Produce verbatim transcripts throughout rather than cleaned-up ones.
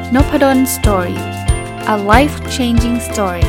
Nopadon Story. A life-changing story.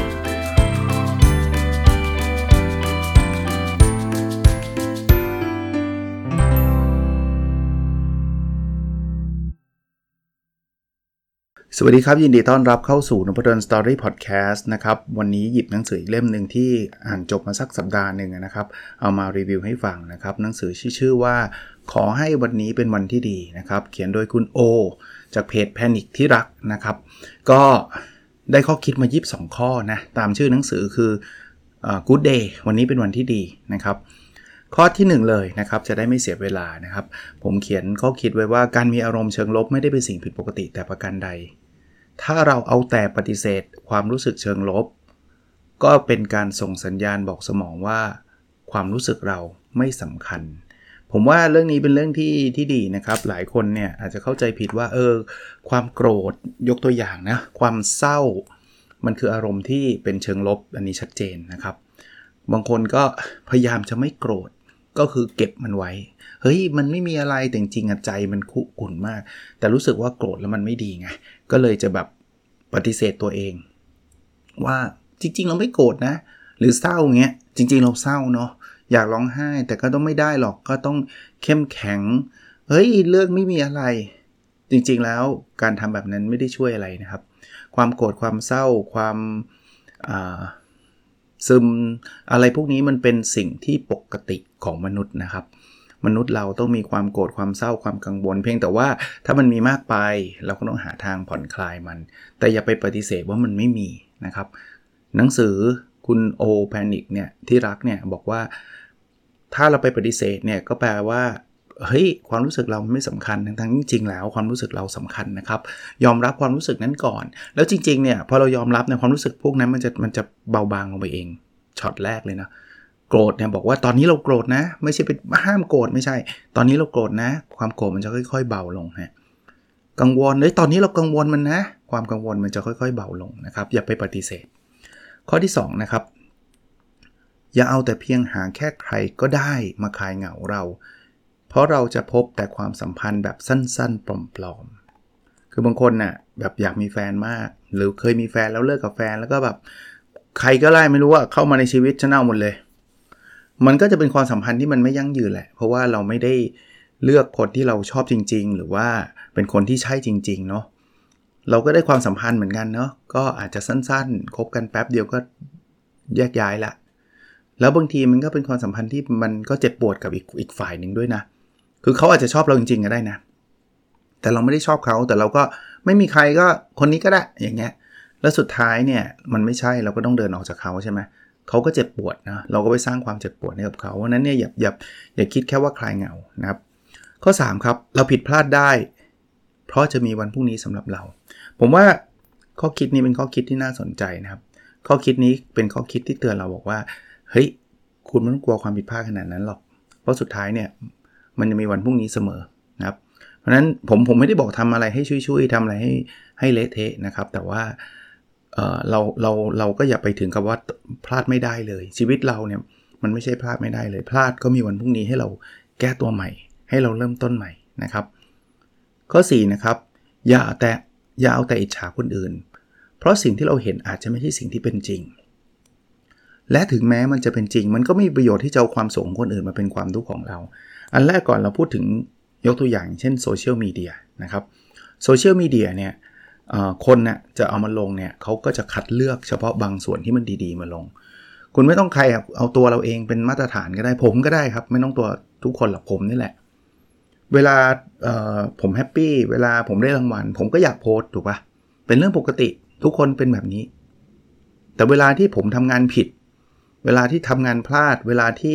สวัสดีครับยินดีต้อนรับเข้าสู่ Nopadon Story Podcast นะครับวันนี้หยิบหนังสืออีกเล่มนึงที่อ่านจบมาสักสัปดาห์นึงนะครับเอามารีวิวให้ฟังนะครับหนังสือชื่อว่าขอให้วันนี้เป็นวันที่ดีนะครับเขียนโดยคุณโอจากเพจ Panic ที่รักนะครับก็ได้ข้อคิดมายี่สิบสองข้อนะตามชื่อหนังสือคือเอ่อ Good Day วันนี้เป็นวันที่ดีนะครับข้อที่หนึ่งเลยนะครับจะได้ไม่เสียเวลานะครับผมเขียนข้อคิดไว้ว่าการมีอารมณ์เชิงลบไม่ได้เป็นสิ่งผิดปกติแต่ประการใดถ้าเราเอาแต่ปฏิเสธความรู้สึกเชิงลบก็เป็นการส่งสัญญาณบอกสมองว่าความรู้สึกเราไม่สำคัญผมว่าเรื่องนี้เป็นเรื่องที่ที่ดีนะครับหลายคนเนี่ยอาจจะเข้าใจผิดว่าเออความโกรธยกตัวอย่างนะความเศร้ามันคืออารมณ์ที่เป็นเชิงลบอันนี้ชัดเจนนะครับบางคนก็พยายามจะไม่โกรธก็คือเก็บมันไว้เฮ้ยมันไม่มีอะไรแต่จริงๆใจมันคุกุ่นมากแต่รู้สึกว่าโกรธแล้วมันไม่ดีไงก็เลยจะแบบปฏิเสธตัวเองว่าจริงๆเราไม่โกรธนะหรือเศร้าเงี้ยจริงๆเราเศร้าเนาะอยากร้องไห้แต่ก็ต้องไม่ได้หรอกก็ต้องเข้มแข็งเฮ้ยเรื่องไม่มีอะไรจริงๆแล้วการทำแบบนั้นไม่ได้ช่วยอะไรนะครับความโกรธความเศร้าความอ่าซึมอะไรพวกนี้มันเป็นสิ่งที่ปกติของมนุษย์นะครับมนุษย์เราต้องมีความโกรธความเศร้าความกังวลเพียงแต่ว่าถ้ามันมีมากไปเราก็ต้องหาทางผ่อนคลายมันแต่อย่าไปปฏิเสธว่ามันไม่มีนะครับหนังสือคุณโอแพนิกเนี่ยที่รักเนี่ยบอกว่าถ้าเราไปปฏิเสธเนี่ยก็แปลว่าเฮ้ยความรู้สึกเราไม่สำคัญทั้งๆจริงๆแล้วความรู้สึกเราสำคัญนะครับยอมรับความรู้สึกนั้นก่อนแล้วจริงๆเนี่ยพอเรายอมรับในความรู้สึกพวกนั้นมันจะมันจะเบาบางลงไปเองช็อตแรกเลยนะโกรธเนี่ยบอกว่าตอนนี้เราโกรธนะไม่ใช่เป็นห้ามโกรธไม่ใช่ตอนนี้เราโกรธนะความโกรธมันจะค่อยๆเบาลงฮะกังวลเฮ้ยตอนนี้เรากังวลมันนะความกังวลมันจะค่อยๆเบาลงนะครับอย่าไปปฏิเสธข้อที่สองนะครับอย่าเอาแต่เพียงหาแค่ใครก็ได้มาคลายเหงาเราเพราะเราจะพบแต่ความสัมพันธ์แบบสั้นๆปลอมๆคือบางคนน่ะแบบอยากมีแฟนมากหรือเคยมีแฟนแล้วเลิกกับแฟนแล้วก็แบบใครก็ได้ไม่รู้ว่าเข้ามาในชีวิตฉันเอาหมดเลยมันก็จะเป็นความสัมพันธ์ที่มันไม่ยั่งยืนแหละเพราะว่าเราไม่ได้เลือกคนที่เราชอบจริงๆหรือว่าเป็นคนที่ใช่จริงๆเนาะเราก็ได้ความสัมพันธ์เหมือนกันเนาะก็อาจจะสั้นๆคบกันแป๊บเดียวก็แยกย้ายละแล้วบางทีมันก็เป็นความสัมพันธ์ที่มันก็เจ็บปวดกับอีกอีกฝ่ายนึงด้วยนะคือเขาอาจจะชอบเราจริงๆก็ได้นะแต่เราไม่ได้ชอบเขาแต่เราก็ไม่มีใครก็คนนี้ก็ได้อย่างเงี้ยแล้วสุดท้ายเนี่ยมันไม่ใช่เราก็ต้องเดินออกจากเขาใช่ไหมเขาก็เจ็บปวดนะเราก็ไปสร้างความเจ็บปวดให้กับเขาเพราะนั้นเนี่ยอย่าอย่าอย่าคิดแค่ว่าคลายเหงานะครับข้อสามครับเราผิดพลาดได้เพราะจะมีวันพรุ่งนี้สำหรับเราผมว่าข้อคิดนี้เป็นข้อคิดที่น่าสนใจนะครับข้อคิดนี้เป็นข้อคิดที่เตือนเราบอกว่าเฮ้ยคุณไม่ต้องกลัวความผิดพลาดขนาดนั้นหรอกเพราะสุดท้ายเนี่ยมันจะมีวันพรุ่งนี้เสมอนะครับเพราะฉะนั้นผมผมไม่ได้บอกทำอะไรให้ช่วยๆทำอะไรให้ให้เละเทะนะครับแต่ว่าเอ่อเราเราเราก็อย่าไปถึงกับว่าพลาดไม่ได้เลยชีวิตเราเนี่ยมันไม่ใช่พลาดไม่ได้เลยพลาดก็มีวันพรุ่งนี้ให้เราแก้ตัวใหม่ให้เราเริ่มต้นใหม่นะครับข้อสี่นะครับอย่าแต่อย่าเอาแต่อิจฉาคนอื่นเพราะสิ่งที่เราเห็นอาจจะไม่ใช่สิ่งที่เป็นจริงและถึงแม้มันจะเป็นจริงมันก็ไม่มีประโยชน์ที่จะเอาความสุขของคนอื่นมาเป็นความทุกข์ของเราอันแรกก่อนเราพูดถึงยกตัวอย่างเช่นโซเชียลมีเดียนะครับโซเชียลมีเดียเนี่ยคนน่ะจะเอามาลงเนี่ยเขาก็จะคัดเลือกเฉพาะบางส่วนที่มันดีๆมาลงคุณไม่ต้องใครเอาตัวเราเองเป็นมาตรฐานก็ได้ผมก็ได้ครับไม่ต้องตัวทุกคนหรอกผมนี่แหละเวลาผมแฮปปี้เวลาผมได้รางวัลผมก็อยากโพสต์ถูกป่ะเป็นเรื่องปกติทุกคนเป็นแบบนี้แต่เวลาที่ผมทำงานผิดเวลาที่ทำงานพลาดเวลาที่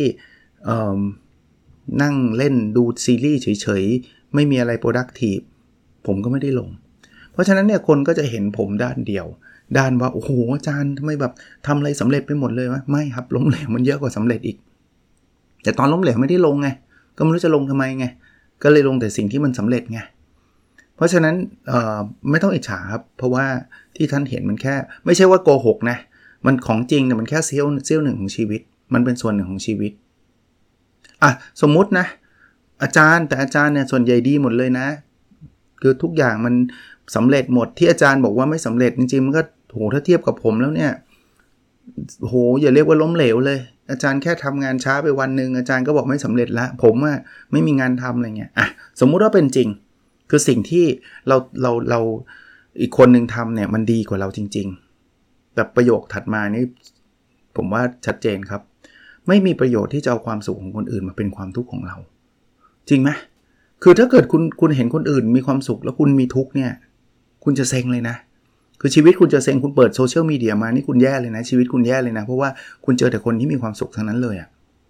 นั่งเล่นดูซีรีส์เฉยๆไม่มีอะไร productive ผมก็ไม่ได้ลงเพราะฉะนั้นเนี่ยคนก็จะเห็นผมด้านเดียวด้านว่าโอ้โหอาจารย์ทำไมแบบทำอะไรสำเร็จไปหมดเลยวะไม่ครับล้มเหลวมันเยอะกว่าสำเร็จอีกแต่ตอนล้มเหลวไม่ได้ลงไงก็ไม่รู้จะลงทำไมไงก็เลยลงแต่สิ่งที่มันสำเร็จไงเพราะฉะนั้นไม่ต้องอิจฉาครับเพราะว่าที่ท่านเห็นมันแค่ไม่ใช่ว่าโกหกนะมันของจริงเนี่ยมันแค่เสี้ยวเสี้ยวหนึ่งของชีวิตมันเป็นส่วนหนึ่งของชีวิตอ่ะสมมุตินะอาจารย์แต่อาจารย์เนี่ยส่วนใหญ่ดีหมดเลยนะ คคือทุกอย่างมันสำเร็จหมดที่อาจารย์บอกว่าไม่สำเร็จจริงๆมันก็โหถ้าเทียบกับผมแล้วเนี่ยโหอย่าเรียกว่าล้มเหลวเลยอาจารย์แค่ทำงานช้าไปวันนึงอาจารย์ก็บอกไม่สำเร็จแล้วผมอะไม่มีงานทำอะไรเงี้ยอ่ะสมมุติว่าเป็นจริงคือสิ่งที่เราเราเราอีกคนนึงทำเนี่ยมันดีกว่าเราจริงๆแต่ประโยคถัดมานี่ผมว่าชัดเจนครับไม่มีประโยชน์ที่จะเอาความสุขของคนอื่นมาเป็นความทุกข์ของเราจริงไหมคือถ้าเกิดคุณคุณเห็นคนอื่นมีความสุขแล้วคุณมีทุกข์เนี่ยคุณจะเซ็งเลยนะคือชีวิตคุณจะเซ็งคุณเปิดโซเชียลมีเดียมานี่คุณแย่เลยนะชีวิตคุณแย่เลยนะเพราะว่าคุณเจอแต่คนที่มีความสุขทั้งนั้นเลยอ่ะ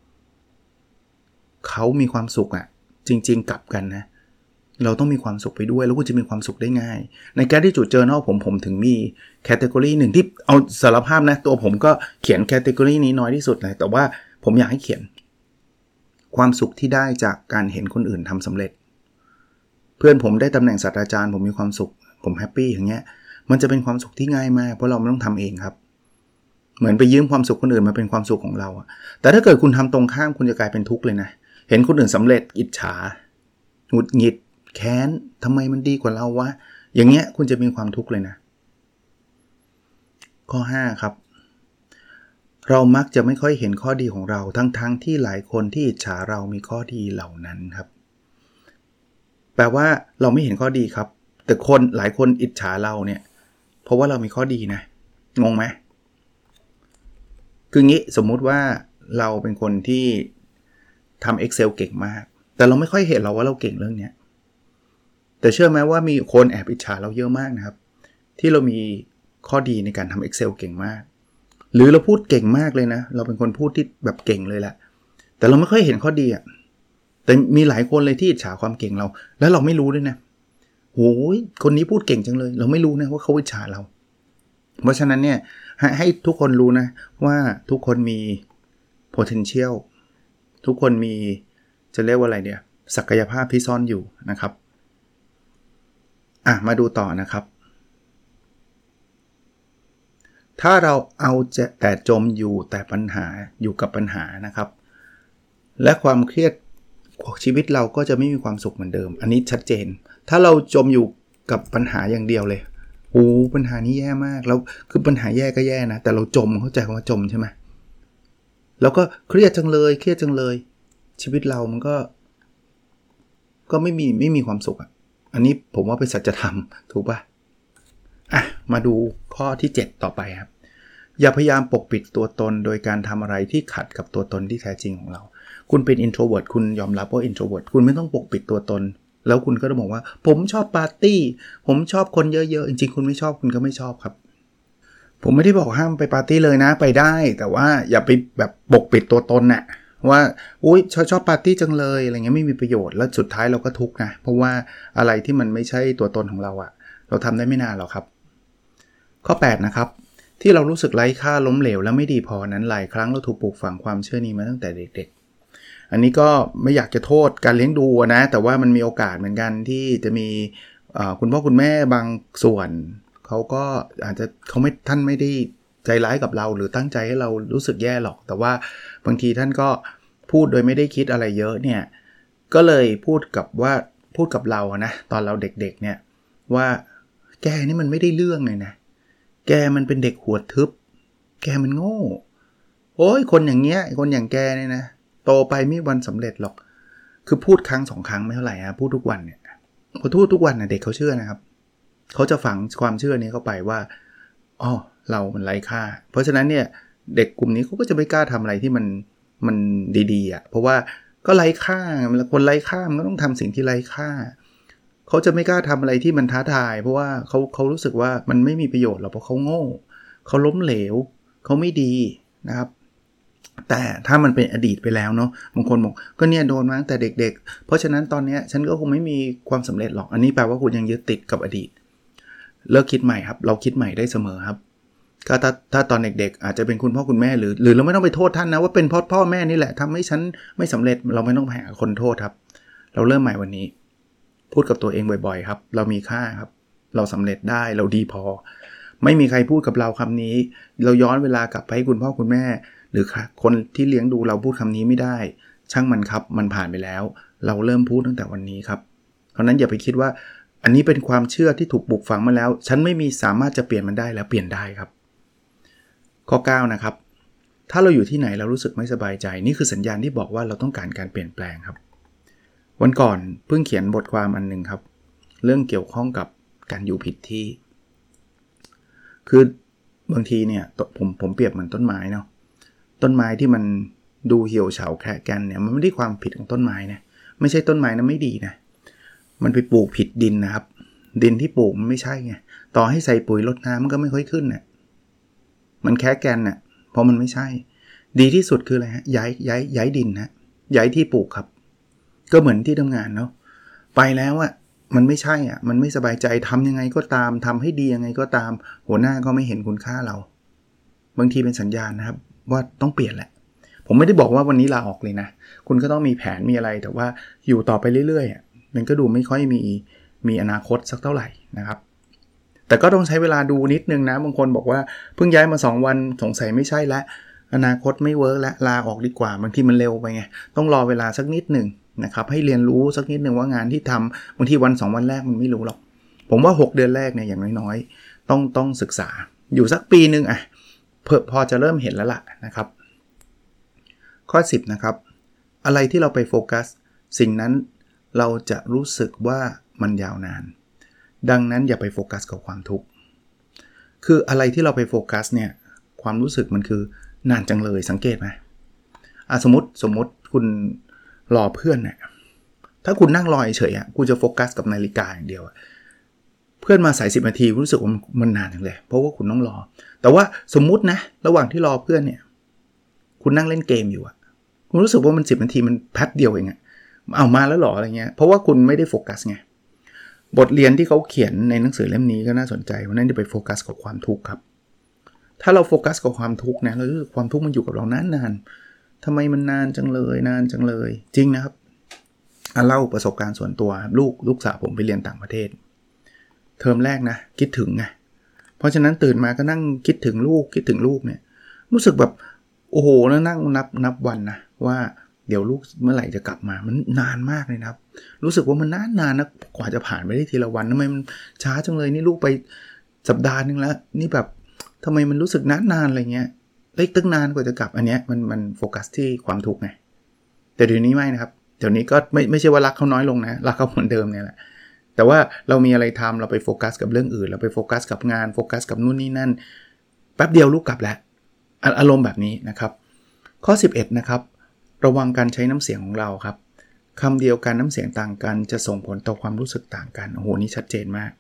เขามีความสุขอ่ะจริงๆกลับกันนะเราต้องมีความสุขไปด้วยแล้วคุณจะมีความสุขได้ง่ายในการที่จุดเจอเนอผมผมถึงมีแคตตากรีหนึ่งที่เอาสารภาพนะตัวผมก็เขียนแคตตากรีนี้น้อยที่สุดเลยแต่ว่าผมอยากให้เขียนความสุขที่ได้จากการเห็นคนอื่นทำสำเร็จเพื่อนผมได้ตำแหน่งศาสตราจารย์ผมมีความสุขผมแฮปปี้อย่างเงี้ยมันจะเป็นความสุขที่ง่ายมากเพราะเราไม่ต้องทำเองครับเหมือนไปยืมความสุขคนอื่นมาเป็นความสุขของเราอะแต่ถ้าเกิดคุณทำตรงข้ามคุณจะกลายเป็นทุกข์เลยนะเห็นคนอื่นสำเร็จอิจฉาหงุดหงิดแค้นทำไมมันดีกว่าเราวะอย่างเงี้ยคุณจะมีความทุกข์เลยนะข้อห้าครับเรามักจะไม่ค่อยเห็นข้อดีของเราทั้งๆ ท, ที่หลายคนที่อิจฉาเรามีข้อดีเหล่านั้นครับแปลว่าเราไม่เห็นข้อดีครับแต่คนหลายคนอิจฉาเราเนี่ยเพราะว่าเรามีข้อดีนะงงไหมคืองี้สมมุติว่าเราเป็นคนที่ทำ Excel เก่งมากแต่เราไม่ค่อยเห็นเราว่าเราเก่งเรื่องนี้แต่เชื่อไหมว่ามีคนแอบอิจฉาเราเยอะมากนะครับที่เรามีข้อดีในการทำ Excel เก่งมากหรือเราพูดเก่งมากเลยนะเราเป็นคนพูดที่แบบเก่งเลยแหละแต่เราไม่ค่อยเห็นข้อดีอ่ะแต่มีหลายคนเลยที่อิจฉาความเก่งเราแล้วเราไม่รู้ด้วยนะโอ้ยคนนี้พูดเก่งจังเลยเราไม่รู้นะว่าเขาอิจฉาเราเพราะฉะนั้นเนี่ยให้ให้ทุกคนรู้นะว่าทุกคนมี potential ทุกคนมีจะเรียกว่าอะไรเนี่ยศักยภาพที่ซ่อนอยู่นะครับอ่ะมาดูต่อนะครับถ้าเราเอาแต่จมอยู่แต่ปัญหาอยู่กับปัญหานะครับและความเครียดชีวิตเราก็จะไม่มีความสุขเหมือนเดิมอันนี้ชัดเจนถ้าเราจมอยู่กับปัญหาอย่างเดียวเลยโอ้ปัญหานี้แย่มากแล้วคือปัญหาแย่ก็แย่นะแต่เราจมเข้าใจคำว่าจมใช่ไหมแล้วก็เครียดจังเลยเครียดจังเลยชีวิตเรามันก็ก็ไม่มีไม่มีความสุขอ่ะอันนี้ผมว่าเป็นสัจธรรมถูกป่ะอ่ะมาดูข้อที่เจ็ดต่อไปครับอย่าพยายามปกปิดตัวตนโดยการทำอะไรที่ขัดกับตัวตนที่แท้จริงของเราคุณเป็น introvert คุณยอมรับว่า introvert คุณไม่ต้องปกปิดตัวตนแล้วคุณก็ต้องบอกว่าผมชอบปาร์ตี้ผมชอบคนเยอะๆจริงๆคุณไม่ชอบคุณก็ไม่ชอบครับผมไม่ได้บอกห้ามไปปาร์ตี้เลยนะไปได้แต่ว่าอย่าไปแบบปกปิดตัวตนน่ะว่าอุ๊ยชอบชอบปาร์ตี้จังเลยอะไรเงี้ยไม่มีประโยชน์แล้วสุดท้ายเราก็ทุกข์นะเพราะว่าอะไรที่มันไม่ใช่ตัวตนของเราอะเราทำได้ไม่นานหรอกครับข้อแปดนะครับที่เรารู้สึกไร้ค่าล้มเหลวและไม่ดีพอนั้นหลายครั้งเราถูกปลูกฝังความเชื่อนี้มาตั้งแต่เด็กๆอันนี้ก็ไม่อยากจะโทษการเลี้ยงดูนะแต่ว่ามันมีโอกาสเหมือนกันที่จะมีคุณพ่อคุณแม่บางส่วนเขาก็อาจจะเขาไม่ท่านไม่ได้ใจร้ายกับเราหรือตั้งใจให้เรารู้สึกแย่หรอกแต่ว่าบางทีท่านก็พูดโดยไม่ได้คิดอะไรเยอะเนี่ยก็เลยพูดกับว่าพูดกับเรานะตอนเราเด็กๆเนี่ยว่าแกนี่มันไม่ได้เรื่องเลยนะแกมันเป็นเด็กหัวทึบแกมันโง่โอ้ยคนอย่างเงี้ยคนอย่างแกเนี่ยนะโตไปไม่วันสำเร็จหรอกคือพูดครั้งสองครั้งไม่เท่าไหร่ฮะพูดทุกวันเนี่ยพอพูดทุกวันนะเด็กเขาเชื่อนะครับเขาจะฝังความเชื่อนี้เข้าไปว่าอ๋อเรามันไร้ค่าเพราะฉะนั้นเนี่ยเด็กกลุ่มนี้เขาก็จะไม่กล้าทำอะไรที่มันมันดีๆอ่ะเพราะว่าก็ไร้ค่าคนไร้ค่ามันก็ต้องทำสิ่งที่ไร้ค่าเขาจะไม่กล้าทำอะไรที่มันท้าทายเพราะว่าเขาเขารู้สึกว่ามันไม่มีประโยชน์หรอกเพราะเขาโง่เขาล้มเหลวเขาไม่ดีนะครับแต่ถ้ามันเป็นอดีตไปแล้วเนาะบางคนบอกก็เนี่ยโดนมาตั้งแต่เด็กๆเพราะฉะนั้นตอนนี้ฉันก็คงไม่มีความสำเร็จหรอกอันนี้แปลว่าคุณยังยึดติดกับอดีตเลิกคิดใหม่ครับเราคิดใหม่ได้เสมอครับก็ถ้าถ้าตอนเด็กๆอาจจะเป็นคุณพ่อคุณแม่หรือหรือเราไม่ต้องไปโทษท่านนะว่าเป็นเพราะพ่อแม่นี่แหละทำให้ฉันไม่สำเร็จเราไม่ต้องไปหาคนโทษครับเราเริ่มใหม่วันนี้พูดกับตัวเองบ่อยๆครับเรามีค่าครับเราสำเร็จได้เราดีพอไม่มีใครพูดกับเราคำนี้เราย้อนเวลากลับไปให้คุณพ่อคุณแม่หรือคนที่เลี้ยงดูเราพูดคำนี้ไม่ได้ช่างมันครับมันผ่านไปแล้วเราเริ่มพูดตั้งแต่วันนี้ครับเพราะนั้นอย่าไปคิดว่าอันนี้เป็นความเชื่อที่ถูกปลูกฝังมาแล้วฉันไม่มีสามารถจะเปลี่ยนมันได้แล้วเปลี่ยนได้ครับข้อเก้านะครับถ้าเราอยู่ที่ไหนเรารู้สึกไม่สบายใจนี่คือสัญญาณที่บอกว่าเราต้องการการเปลี่ยนแปลงครับวันก่อนเพิ่งเขียนบทความอันนึงครับเรื่องเกี่ยวข้องกับการอยู่ผิดที่คือบางทีเนี่ยผมผมเปรียบเหมือนต้นไม้เนาะต้นไม้ที่มันดูเหี่ยวเฉาแคระแกนเนี่ยมันไม่ได้ความผิดของต้นไม้นะไม่ใช่ต้นไม้นะไม่ดีนะมันไปปลูกผิดดินนะครับดินที่ปลูกมันไม่ใช่ไงต่อให้ใส่ปุ๋ยรดน้ำมันก็ไม่ค่อยขึ้นน่ะมันแคระแกนน่ะเพราะมันไม่ใช่ดีที่สุดคืออะไรฮะย้ายย้ายย้ายดินนะย้ายที่ปลูกครับก็เหมือนที่ทำงานเนาะไปแล้วอะมันไม่ใช่อ่ะมันไม่สบายใจทำยังไงก็ตามทำให้ดียังไงก็ตามหัวหน้าก็ไม่เห็นคุณค่าเราบางทีเป็นสัญญาณนะครับว่าต้องเปลี่ยนแหละผมไม่ได้บอกว่าวันนี้ลาออกเลยนะคุณก็ต้องมีแผนมีอะไรแต่ว่าอยู่ต่อไปเรื่อยๆมันก็ดูไม่ค่อยมีมีอนาคตสักเท่าไหร่นะครับแต่ก็ต้องใช้เวลาดูนิดนึงนะบางคนบอกว่าเพิ่งย้ายมาสองวันสงสัยไม่ใช่แล้วอนาคตไม่เวิร์กแล้วลาออกดีกว่าบางทีมันเร็วไปไงต้องรอเวลาสักนิดนึงนะครับให้เรียนรู้สักนิดนึงว่างานที่ทำบางทีวันสองวันแรกมันไม่รู้หรอกผมว่าหกเดือนแรกเนี่ยอย่างน้อยๆต้องต้องศึกษาอยู่สักปีนึงอ่ะเพื่อพอจะเริ่มเห็นแล้วล่ะนะครับข้อสิบนะครับอะไรที่เราไปโฟกัสสิ่งนั้นเราจะรู้สึกว่ามันยาวนานดังนั้นอย่าไปโฟกัสกับความทุกข์คืออะไรที่เราไปโฟกัสเนี่ยความรู้สึกมันคือนานจังเลยสังเกตไหมอ่ะสมมติสมมติคุณรอเพื่อนเนี่ยถ้าคุณนั่งรอเฉยๆอ่ะคุณจะโฟกัสกับนาฬิกาอย่างเดียวเพื่อนมาสายสิบนาทีรู้สึกว่ามันนานจังเลยเพราะว่าคุณต้องรอแต่ว่าสมมุตินะระหว่างที่รอเพื่อนเนี่ยคุณนั่งเล่นเกมอยู่อ่ะคุณรู้สึกว่ามันสิบนาทีมันแป๊บเดียวเองอ่ะเอามาแล้วหรออะไรเงี้ยเพราะว่าคุณไม่ได้โฟกัสไงบทเรียนที่เขาเขียนในหนังสือเล่มนี้ก็น่าสนใจว่านั่นจะไปโฟกัสกับความทุกข์ครับถ้าเราโฟกัสกับความทุกข์นะเรารู้สึกความทุกข์มันอยู่กับเรานานๆทำไมมันนานจังเลยนานจังเลยจริงนะครับเล่าประสบการณ์ส่วนตัวลูกลูกสาวผมไปเรียนต่างประเทศเทอมแรกนะคิดถึงไงเพราะฉะนั้นตื่นมาก็นั่งคิดถึงลูกคิดถึงลูกเนี่ยรู้สึกแบบโอ้โหแล้วนั่งนับนับวันนะว่าเดี๋ยวลูกเมื่อไหร่จะกลับมามันนานมากเลยนะครับรู้สึกว่ามันนานนานนะกว่าจะผ่านไปได้ทีละวันทำไมมันช้าจังเลยนี่ลูกไปสัปดาห์นึงแล้วนี่แบบทำไมมันรู้สึกนานนานอะไรเงี้ยเล็กตั้งนานกว่าจะกลับอันเนี้ยมันมันโฟกัสที่ความทุกข์ไงแต่เดี๋ยวนี้ไม่นะครับเดี๋ยวนี้ก็ไม่ไม่ใช่ว่ารักเขาน้อยลงนะรักเขาเหมือนเดิมเนี่ยแหละแต่ว่าเรามีอะไรทำเราไปโฟกัสกับเรื่องอื่นเราไปโฟกัสกับงานโฟกัสกับนู่นนี่นั่นแป๊บเดียวลูกกลับแล้วอารมณ์แบบนี้นะครับข้อสิบเอ็ดนะครับระวังการใช้น้ำเสียงของเราครับคำเดียวกันน้ำเสียงต่างกันจะส่งผลต่อความรู้สึกต่างกันโอ้โหนี่ชัดเจนมาก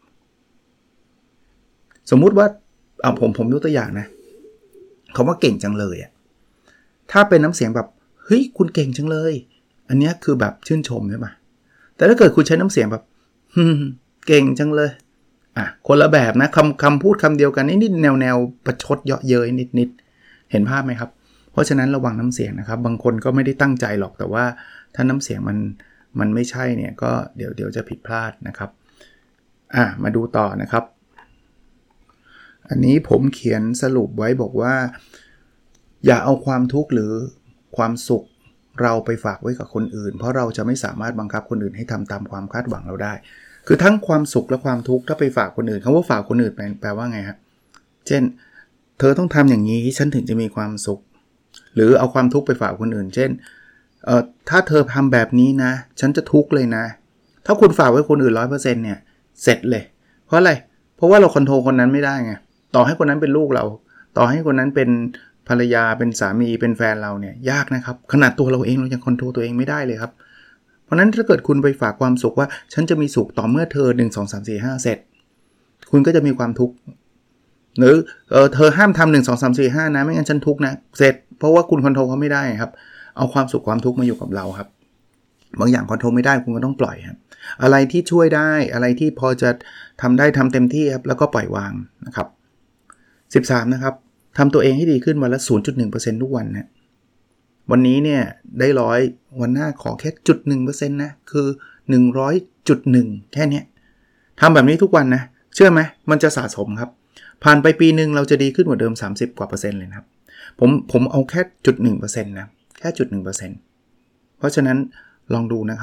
สมมุติว่าเอาผมผมยกตัวอย่างนะคำว่าเก่งจังเลยอ่ะถ้าเป็นน้ำเสียงแบบเฮ้ยคุณเก่งจังเลยอันนี้คือแบบชื่นชมใช่ป่ะแต่ถ้าเกิดคุณใช้น้ำเสียงแบบฮึเก่งจังเลยอ่ะคนละแบบนะคำคำพูดคำเดียวกันนิดๆแนวแนวประชดเยาะเย้ยนิดๆเห็นภาพไหมครับเพราะฉะนั้นระวังน้ำเสียงนะครับบางคนก็ไม่ได้ตั้งใจหรอกแต่ว่าถ้าน้ำเสียงมันมันไม่ใช่เนี่ยก็เดี๋ยวเดี๋ยวจะผิดพลาดนะครับอ่ะมาดูต่อนะครับอันนี้ผมเขียนสรุปไว้บอกว่าอย่าเอาความทุกข์หรือความสุขเราไปฝากไว้กับคนอื่นเพราะเราจะไม่สามารถบังคับคนอื่นให้ทำตามความคาดหวังเราได้คือทั้งความสุขและความทุกข์ถ้าไปฝากคนอื่นคำว่าฝากคนอื่นแปลว่าไงฮะเช่นเธอต้องทำอย่างนี้ฉันถึงจะมีความสุขหรือเอาความทุกข์ไปฝากคนอื่นเช่นเอ่อถ้าเธอทำแบบนี้นะฉันจะทุกข์เลยนะถ้าคุณฝากไว้คนอื่น ร้อยเปอร์เซ็นต์ เนี่ยเสร็จเลยเพราะอะไรเพราะว่าเราคอนโทรลคนนั้นไม่ได้ไงต่อให้คนนั้นเป็นลูกเราต่อให้คนนั้นเป็นภรรยาเป็นสามีเป็นแฟนเราเนี่ยยากนะครับขนาดตัวเราเองเรายังคอนโทรลตัวเองไม่ได้เลยครับเพราะนั้นถ้าเกิดคุณไปฝากความสุขว่าฉันจะมีสุขต่อเมื่อเธอหนึ่ง สอง สาม สี่ ห้าเสร็จคุณก็จะมีความทุกข์หรือเออเธอห้ามทำหนึ่ง สอง สาม สี่ ห้านะไม่งั้นฉันทุกข์นะเสร็จเพราะว่าคุณคอนโทรลเขาไม่ได้ครับเอาความสุขความทุกข์มาอยู่กับเราครับบางอย่างคอนโทรลไม่ได้คุณก็ต้องปล่อยครับอะไรที่ช่วยได้อะไรที่พอจะทำได้ทำเต็มที่ครับแล้วก็ปล่อยวางนะครับสิบสามนะครับทำตัวเองให้ดีขึ้นวันละ ศูนย์จุดหนึ่งเปอร์เซ็นต์ ทุกวันนะวันนี้เนี่ยได้ร้อยวันหน้าขอแค่ ศูนย์จุดหนึ่งเปอร์เซ็นต์ นะคือ หนึ่งร้อยจุดหนึ่ง แค่นี้ทำแบบนี้ทุกวันนะเชื่อไหมมันจะสะสมครับผ่านไปปีนึงเราจะดีขึ้นกว่าเดิมสามสิบกว่าเปอร์เซ็นต์เลยนะครับผมผมเอาแค่ ศูนย์จุดหนึ่งเปอร์เซ็นต์ นะแค่ ศูนย์จุดหนึ่งเปอร์เซ็นต์ เพราะฉะนั้นลองดูนะครับ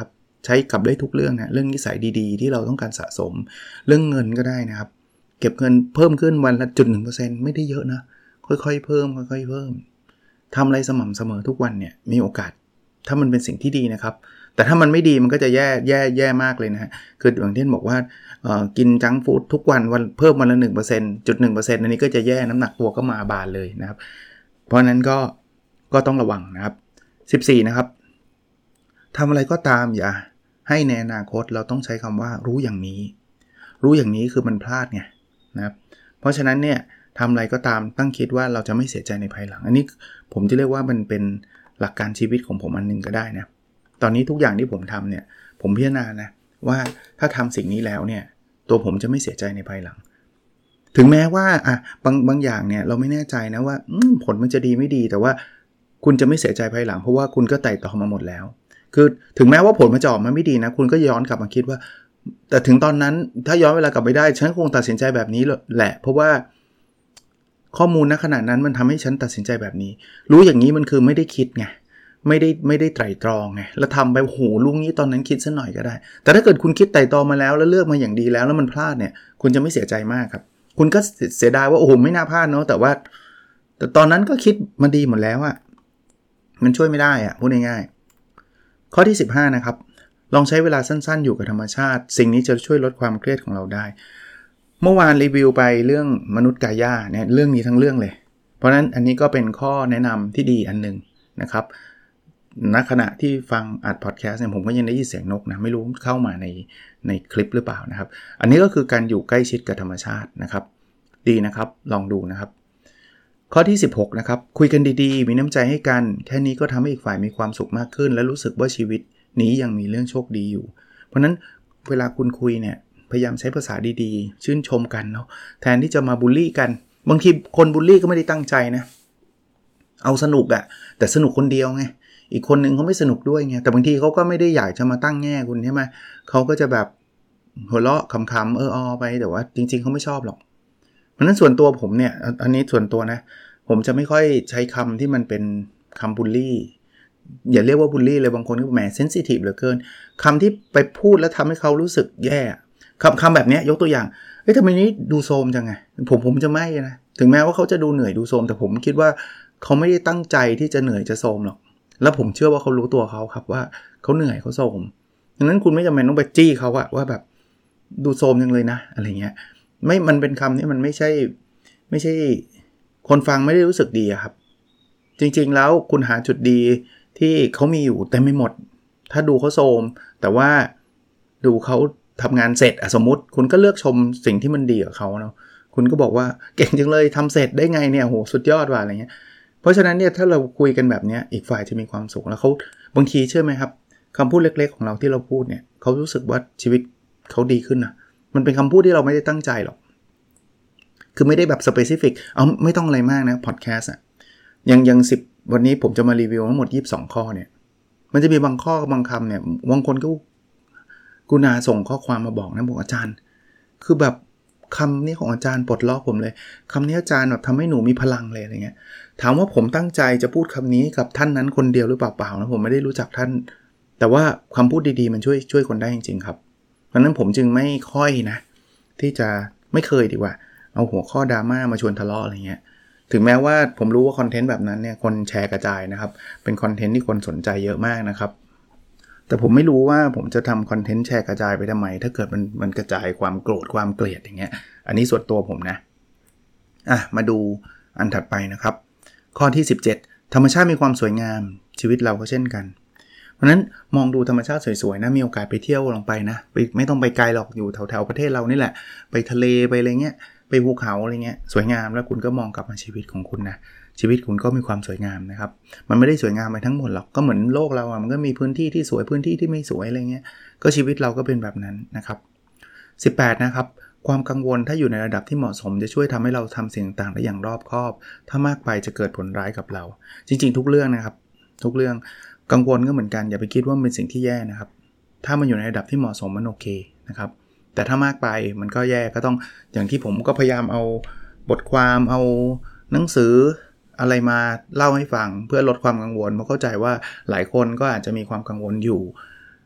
ใช้กับได้ทุกเรื่องนะเรื่องนิสัยดีๆที่เราต้องการสะสมเรื่องเงินก็ได้นะครับเก็บเงินเพิ่มขึ้นวันละ ศูนย์จุดหนึ่งเปอร์เซ็นต์ ไม่ได้เยอะนะค่อยๆเพิ่มค่อยๆเพิ่มทำอะไรสม่ำเสมอทุกวันเนี่ยมีโอกาสถ้ามันเป็นสิ่งที่ดีนะครับแต่ถ้ามันไม่ดีมันก็จะแย่แย่แย่มากเลยนะฮะคืออย่างที่บอกว่าเอ่อกินจังก์ฟู้ดทุกวันวันเพิ่มวันละ หนึ่งเปอร์เซ็นต์ จุดหนึ่งเปอร์เซ็นต์ อันนี้ก็จะแย่น้ำหนักตัวก็มาบานเลยนะครับเพราะนั้นก็ก็ต้องระวังนะครับสิบสี่นะครับทำอะไรก็ตามอย่าให้ในอนาคตเราต้องใช้คำว่ารู้อย่างนี้รู้อย่างนี้คือมันพลาดไงนะครับเพราะฉะนั้นเนี่ยทำอะไรก็ตามตั้งคิดว่าเราจะไม่เสียใจในภายหลังอันนี้ผมจะเรียกว่ามันเป็นหลักการชีวิตของผมอันนึงก็ได้นะตอนนี้ทุกอย่างที่ผมทำเนี่ยผมพิจารณานะว่าถ้าทำสิ่งนี้แล้วเนี่ยตัวผมจะไม่เสียใจในภายหลังถึงแม้ว่าอ่ะบางบางอย่างเนี่ยเราไม่แน่ใจนะว่าผลมันจะดีไม่ดีแต่ว่าคุณจะไม่เสียใจภายหลังเพราะว่าคุณก็ไต่ตองมาหมดแล้วคือถึงแม้ว่าผลมันจะออกมาไม่ดีนะคุณก็ย้อนกลับมาคิดว่าแต่ถึงตอนนั้นถ้าย้อนเวลากลับไปได้ฉันคงตัดสินใจแบบนี้แหละเพราะว่าข้อมูลณขณะนั้นมันทำให้ฉันตัดสินใจแบบนี้รู้อย่างนี้มันคือไม่ได้คิดไงไม่ได้ไม่ได้ไตร่ตรองไงแล้วทำไปโหลุงนี้ตอนนั้นคิดซะหน่อยก็ได้แต่ถ้าเกิดคุณคิดไตร่ตรองมาแล้วแล้วเลือกมาอย่างดีแล้วแล้วมันพลาดเนี่ยคุณจะไม่เสียใจมากครับคุณก็เสียดายว่าโอ้โหไม่น่าพลาดเนาะแต่ว่าแต่ตอนนั้นก็คิดมาดีหมดแล้วอะมันช่วยไม่ได้อะพูดง่ายๆข้อที่สิบห้านะครับลองใช้เวลาสั้นๆอยู่กับธรรมชาติสิ่งนี้จะช่วยลดความเครียดของเราได้เมื่อวานรีวิวไปเรื่องมนุษย์กายาเนี่ยเรื่องนี้ทั้งเรื่องเลยเพราะนั้นอันนี้ก็เป็นข้อแนะนำที่ดีอันนึงนะครับณขณะที่ฟังอัดพอดแคสต์เนี่ยผมก็ยังได้ยินเสียงนกนะไม่รู้เข้ามาในในคลิปหรือเปล่านะครับอันนี้ก็คือการอยู่ใกล้ชิดกับธรรมชาตินะครับดีนะครับลองดูนะครับข้อที่สิบหกนะครับคุยกันดีๆมีน้ำใจให้กันแค่นี้ก็ทำให้อีกฝ่ายมีความสุขมากขึ้นและรู้สึกว่าชีวิตนี้ยังมีเรื่องโชคดีอยู่เพราะนั้นเวลาคุณคุยเนี่ยพยายามใช้ภาษาดีๆชื่นชมกันเนาะแทนที่จะมาบูลลี่กันบางทีคนบูลลี่ก็ไม่ได้ตั้งใจนะเอาสนุกอะแต่สนุกคนเดียวไงอีกคนนึงเขาไม่สนุกด้วยไงแต่บางทีเขาก็ไม่ได้อยากจะมาตั้งแง่คุณใช่ไหมเขาก็จะแบบหัวเราะขำๆเอออไปแต่ว่าจริงๆเขาไม่ชอบหรอกเพราะนั้นส่วนตัวผมเนี่ยอันนี้ส่วนตัวนะผมจะไม่ค่อยใช้คำที่มันเป็นคำบูลลี่อย่าเรียกว่าบูลลี่เลยบางคนก็แหมเซนซิทีฟเหลือเกินคำที่ไปพูดแล้วทำให้เขารู้สึกแย่คำคำแบบนี้ยกตัวอย่างเฮ้ยทำไมนี้ดูโซมจังไงผมผมจะไม่นะถึงแม้ว่าเขาจะดูเหนื่อยดูโซมแต่ผมคิดว่าเขาไม่ได้ตั้งใจที่จะเหนื่อยจะโซมหรอกแล้วผมเชื่อว่าเขารู้ตัวเขาครับว่าเขาเหนื่อยเขาโซมดังนั้นคุณไม่จำเป็นต้องไปจี้เขาอะว่าแบบดูโซมจังเลยนะอะไรเงี้ยไม่มันเป็นคำที่มันไม่ใช่ไม่ใช่คนฟังไม่ได้รู้สึกดีอะครับจริงๆแล้วคุณหาจุดดีที่เขามีอยู่แต่ไม่หมดถ้าดูเขาโซมแต่ว่าดูเขาทำงานเสร็จสมมุติคุณก็เลือกชมสิ่งที่มันดีกับเขาเนาะคุณก็บอกว่าเก่งจังเลยทำเสร็จได้ไงเนี่ยโหสุดยอดว่ะอะไรเงี้ยเพราะฉะนั้นเนี่ยถ้าเราคุยกันแบบนี้อีกฝ่ายจะมีความสุขแล้วเขาบางทีเชื่อไหมครับคำพูดเล็กๆของเราที่เราพูดเนี่ยเขารู้สึกว่าชีวิตเขาดีขึ้นนะมันเป็นคำพูดที่เราไม่ได้ตั้งใจหรอกคือไม่ได้แบบสเปซิฟิกเอาไม่ต้องอะไรมากนะพอดแคสต์อ่ะยังยังสิบวันนี้ผมจะมารีวิวทั้งหมดยี่สิบสองข้อเนี่ยมันจะมีบางข้อบางคำเนี่ยบางคนก็กุณาส่งข้อความมาบอกนะบอกอาจารย์คือแบบคำนี้ของอาจารย์ปลดล็อกผมเลยคำนี้อาจารย์แบบทำให้หนูมีพลังเลยอะไรเงี้ยถามว่าผมตั้งใจจะพูดคำนี้กับท่านนั้นคนเดียวหรือเปล่าเปล่านะผมไม่ได้รู้จักท่านแต่ว่าคำพูดดีๆมันช่วยช่วยคนได้จริงๆครับเพราะนั้นผมจึงไม่ค่อยนะที่จะไม่เคยดีกว่าเอาหัวข้อดราม่ามาชวนทะเลาะอะไรเงี้ยถึงแม้ว่าผมรู้ว่าคอนเทนต์แบบนั้นเนี่ยคนแชร์กระจายนะครับเป็นคอนเทนต์ที่คนสนใจเยอะมากนะครับแต่ผมไม่รู้ว่าผมจะทำคอนเทนต์แชร์กระจายไปทำไมถ้าเกิดมันมันกระจายความโกรธความเกลียดอย่างเงี้ยอันนี้ส่วนตัวผมนะอ่ะมาดูอันถัดไปนะครับข้อที่สิบเจ็ดธรรมชาติมีความสวยงามชีวิตเราก็เช่นกันเพราะนั้นมองดูธรรมชาติสวยๆนะมีโอกาสไปเที่ยวลงไปนะไปไม่ต้องไปไกลหรอกอยู่แถวๆประเทศเรานี่แหละไปทะเลไปอะไรเงี้ยไปภูเขาอะไรเงี้ยสวยงามแล้วคุณก็มองกลับมาชีวิตของคุณนะชีวิตคุณก็มีความสวยงามนะครับมันไม่ได้สวยงามไปทั้งหมดหรอกก็เหมือนโลกเราอ่ะมันก็มีพื้นที่ที่สวยพื้นที่ที่ไม่สวยอะไรเงี้ยก็ชีวิตเราก็เป็นแบบนั้นนะครับสิบแปดนะครับความกังวลถ้าอยู่ในระดับที่เหมาะสมจะช่วยทำให้เราทำสิ่งต่างๆได้อย่างรอบคอบถ้ามากไปจะเกิดผลร้ายกับเราจริงๆทุกเรื่องนะครับทุกเรื่องกังวลก็เหมือนกันอย่าไปคิดว่าเป็นสิ่งที่แย่นะครับถ้ามันอยู่ในระดับที่เหมาะสมมันโอเคนะครับแต่ถ้ามากไปมันก็แย่ก็ต้องอย่างที่ผมก็พยายามเอาบทความเอาหนังสืออะไรมาเล่าให้ฟังเพื่อลดความกังวลเพราะเข้าใจว่าหลายคนก็อาจจะมีความกังวลอยู่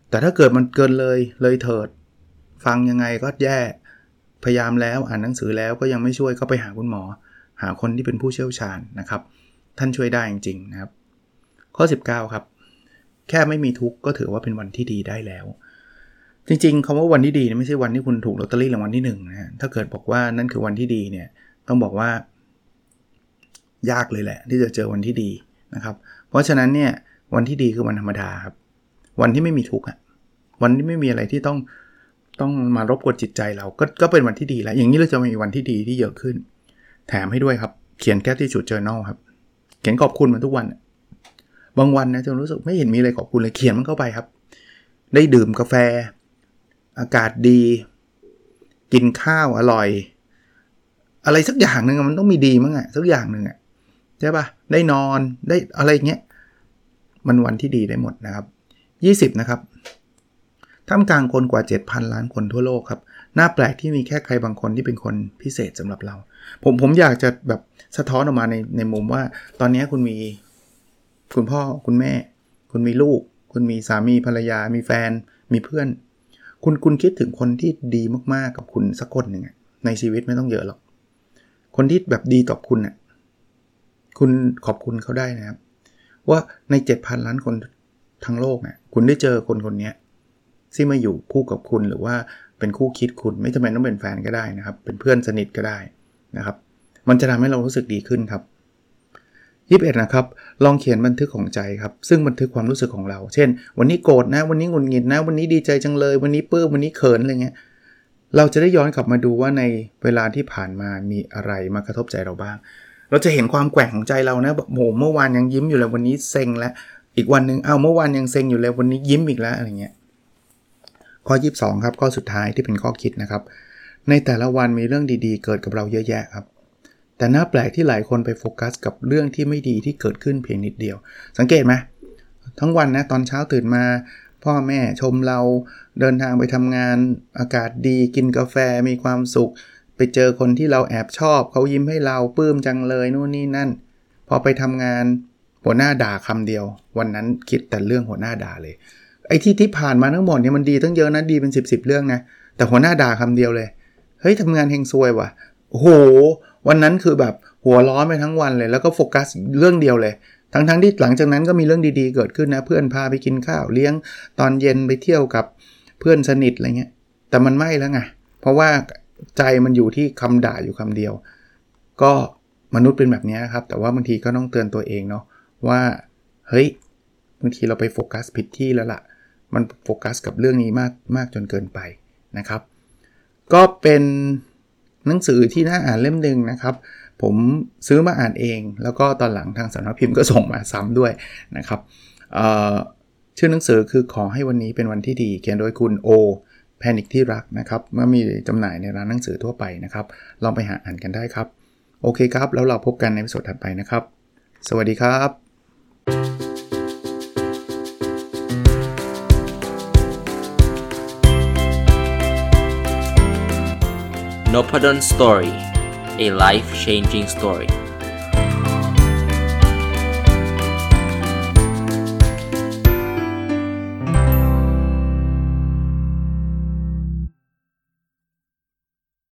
แต่ถ้าเกิดมันเกินเลยเลยเถิดฟังยังไงก็แย่พยายามแล้วอ่านหนังสือแล้วก็ยังไม่ช่วยก็ไปหาคุณหมอหาคนที่เป็นผู้เชี่ยวชาญนะครับท่านช่วยได้จริงๆนะครับข้อสิบเก้าครับแค่ไม่มีทุกข์ก็ถือว่าเป็นวันที่ดีได้แล้วจริงๆคำว่าวันที่ดีไม่ใช่วันที่คุณถูกลอตเตอรี่รางวัลที่หนึ่งนะฮะถ้าเกิดบอกว่านั่นคือวันที่ดีเนี่ยต้องบอกว่ายากเลยแหละที่จะเจอวันที่ดีนะครับเพราะฉะนั้นเนี่ยวันที่ดีคือวันธรรมดาครับวันที่ไม่มีทุกข์อ่ะวันที่ไม่มีอะไรที่ต้องต้องมารบกวนจิตใจเราก็ก็เป็นวันที่ดีแล้วอย่างนี้เราจะมีวันที่ดีที่เยอะขึ้นแถมให้ด้วยครับเขียน Gratitude Journal ครับเขียนขอบคุณมันทุกวันบางวันนะจะรู้สึกไม่เห็นมีอะไรขอบคุณเลยเขียนมันเข้าไปครับได้ดื่มกาแฟอากาศดีกินข้าวอร่อยอะไรสักอย่างนึงมันต้องมีดีมั้งอ่ะสักอย่างนึงอ่ะใช่ป่ะได้นอนได้อะไรอย่างเงี้ยมันวันที่ดีได้หมดนะครับยี่สิบนะครับท่ามกลางคนกว่า เจ็ดพัน ล้านคนทั่วโลกครับน่าแปลกที่มีแค่ใครบางคนที่เป็นคนพิเศษสำหรับเราผมผมอยากจะแบบสะท้อนออกมาในในมุมว่าตอนนี้คุณมีคุณพ่อคุณแม่คุณมีลูกคุณมีสามีภรรยามีแฟนมีเพื่อนคุณคุณคิดถึงคนที่ดีมากๆกับคุณสักคนหนึ่งในชีวิตไม่ต้องเยอะหรอกคนที่แบบดีต่อคุณน่ะคุณขอบคุณเขาได้นะครับว่าใน เจ็ดพัน ล้านคนทั้งโลกน่ะคุณได้เจอคนคนนี้ที่มาอยู่คู่กับคุณหรือว่าเป็นคู่คิดคุณไม่จำเป็นต้องเป็นแฟนก็ได้นะครับเป็นเพื่อนสนิทก็ได้นะครับมันจะทำให้เรารู้สึกดีขึ้นครับยี่สิบเอ็ดนะครับลองเขียนบันทึกของใจครับซึ่งบันทึกความรู้สึกของเราเช่นวันนี้โกรธนะวันนี้หงุดหงิดนะวันนี้ดีใจจังเลยวันนี้ปลื้มวันนี้เขินอะไรเงี้ยเราจะได้ย้อนกลับมาดูว่าในเวลาที่ผ่านมามีอะไรมากระทบใจเราบ้างเราจะเห็นความแกว่งของใจเรานะโอ้โหเมื่อวานยังยิ้มอยู่เลยวันนี้เซ็งแล้วอีกวันนึงอ้าวเมื่อวานยังเซ็งอยู่เลยวันนี้ยิ้มอีกแล้วอะไรเงี้ยข้อยี่สิบสองครับข้อสุดท้ายที่เป็นข้อคิดนะครับในแต่ละวันมีเรื่องดีๆเกิดกับเราเยอะแยะครับแต่น่าแปลกที่หลายคนไปโฟกัสกับเรื่องที่ไม่ดีที่เกิดขึ้นเพียงนิดเดียวสังเกตไหมทั้งวันนะตอนเช้าตื่นมาพ่อแม่ชมเราเดินทางไปทำงานอากาศดีกินกาแฟมีความสุขไปเจอคนที่เราแอบชอบเขายิ้มให้เราปลื้มจังเลยนู่นนี่นั่นพอไปทำงานหัวหน้าด่าคำเดียววันนั้นคิดแต่เรื่องหัวหน้าด่าเลยไอ้ที่ที่ผ่านมาทั้งหมดเนี่ยมันดีตั้งเยอะนะดีเป็นสิบ สิบเรื่องนะแต่หัวหน้าด่าคำเดียวเลยเฮ้ยทำงานเฮงซวยว่ะโอ้โหวันนั้นคือแบบหัวร้อนไปทั้งวันเลยแล้วก็โฟกัสเรื่องเดียวเลยทั้งๆที่หลังจากนั้นก็มีเรื่องดีๆเกิดขึ้นนะเพื่อนพาไปกินข้าวเลี้ยงตอนเย็นไปเที่ยวกับเพื่อนสนิทอะไรเงี้ยแต่มันไม่แล้วไงเพราะว่าใจมันอยู่ที่คำด่าอยู่คำเดียวก็มนุษย์เป็นแบบนี้ครับแต่ว่าบางทีก็ต้องเตือนตัวเองเนาะว่าเฮ้ยบางทีเราไปโฟกัสผิดที่แล้วล่ะมันโฟกัสกับเรื่องนี้มากมากจนเกินไปนะครับก็เป็นหนังสือที่น่าอ่านเล่มนึงนะครับผมซื้อมาอ่านเองแล้วก็ตอนหลังทางสำนักพิมพ์ก็ส่งมาซ้ำด้วยนะครับชื่อหนังสือคือขอให้วันนี้เป็นวันที่ดีเขียนโดยคุณโอแพนิคที่รักนะครับเมื่อมีจำหน่ายในร้านหนังสือทั่วไปนะครับลองไปหาอ่านกันได้ครับโอเคครับแล้วเราพบกันในตอนถัดไปนะครับสวัสดีครับ Nopadon Story, a life-changing story.